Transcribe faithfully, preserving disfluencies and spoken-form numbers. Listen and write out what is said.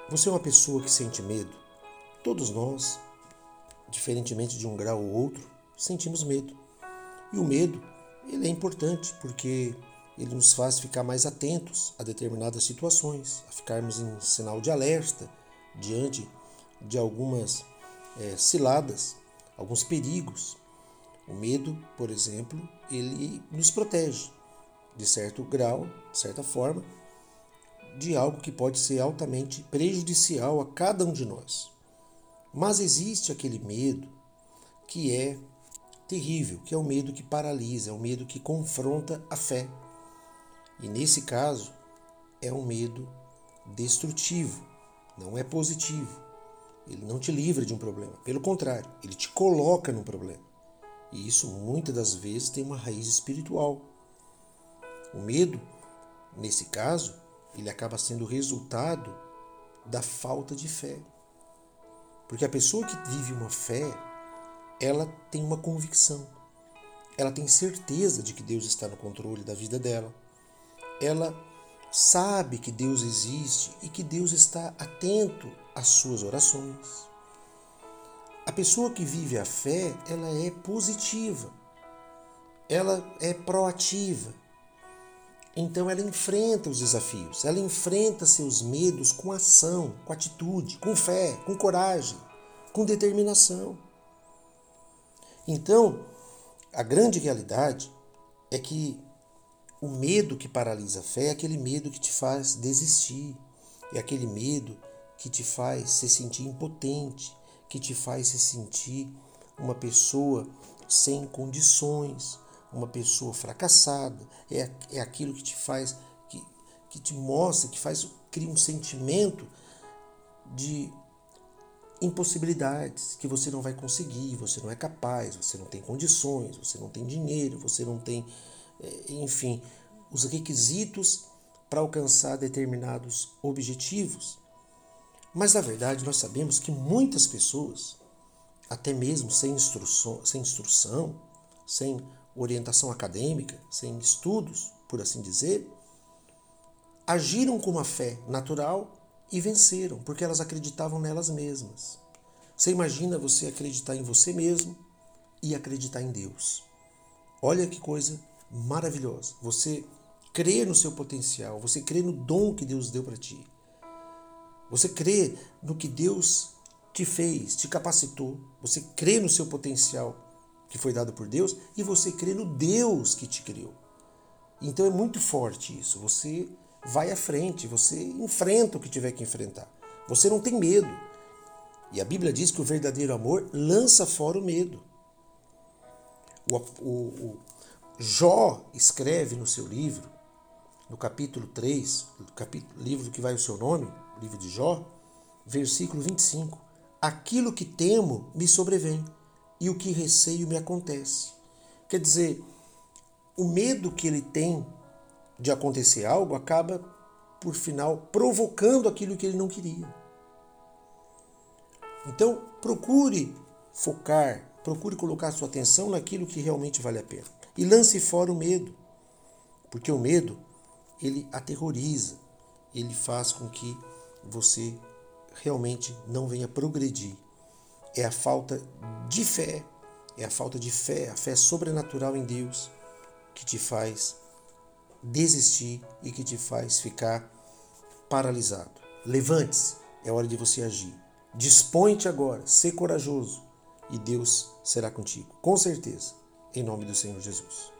Você é uma pessoa que sente medo? Todos nós, diferentemente de um grau ou outro, sentimos medo. E o medo, ele é importante porque ele nos faz ficar mais atentos a determinadas situações, a ficarmos em sinal de alerta diante de algumas é, ciladas, alguns perigos. O medo, por exemplo, ele nos protege de certo grau, de certa forma, de algo que pode ser altamente prejudicial a cada um de nós. Mas existe aquele medo que é terrível, que é o medo que paralisa, é o medo que confronta a fé. E nesse caso, é um medo destrutivo, não é positivo. Ele não te livra de um problema, pelo contrário, ele te coloca num problema. E isso muitas das vezes tem uma raiz espiritual. O medo, nesse caso, ele acaba sendo o resultado da falta de fé. Porque a pessoa que vive uma fé, ela tem uma convicção. Ela tem certeza de que Deus está no controle da vida dela. Ela sabe que Deus existe e que Deus está atento às suas orações. A pessoa que vive a fé, ela é positiva. Ela é proativa. Então ela enfrenta os desafios, ela enfrenta seus medos com ação, com atitude, com fé, com coragem, com determinação. Então, a grande realidade é que o medo que paralisa a fé é aquele medo que te faz desistir, é aquele medo que te faz se sentir impotente, que te faz se sentir uma pessoa sem condições, uma pessoa fracassada, é, é aquilo que te faz, que, que te mostra, que faz, cria um sentimento de impossibilidades, que você não vai conseguir, você não é capaz, você não tem condições, você não tem dinheiro, você não tem, enfim, os requisitos para alcançar determinados objetivos. Mas na verdade nós sabemos que muitas pessoas, até mesmo sem instrução, sem instrução, sem orientação acadêmica, sem estudos, por assim dizer, agiram com uma fé natural e venceram, porque elas acreditavam nelas mesmas. Você imagina você acreditar em você mesmo e acreditar em Deus. Olha que coisa maravilhosa. Você crê no seu potencial, você crê no dom que Deus deu para ti. Você crê no que Deus te fez, te capacitou. Você crê no seu potencial que foi dado por Deus e você crê no Deus que te criou. Então é muito forte isso. Você vai à frente, você enfrenta o que tiver que enfrentar. Você não tem medo. E a Bíblia diz que o verdadeiro amor lança fora o medo. O, o, o Jó escreve no seu livro, no capítulo três, capítulo, livro que vai o seu nome, o livro de Jó, versículo vinte e cinco. Aquilo que temo me sobrevém, e o que receio me acontece. Quer dizer, o medo que ele tem de acontecer algo acaba, por final, provocando aquilo que ele não queria. Então, procure focar, procure colocar sua atenção naquilo que realmente vale a pena. E lance fora o medo, porque o medo, ele aterroriza, ele faz com que você realmente não venha progredir. É a falta de fé, é a falta de fé, a fé sobrenatural em Deus que te faz desistir e que te faz ficar paralisado. Levante-se, é hora de você agir. Dispõe-te agora, sê corajoso e Deus será contigo, com certeza, em nome do Senhor Jesus.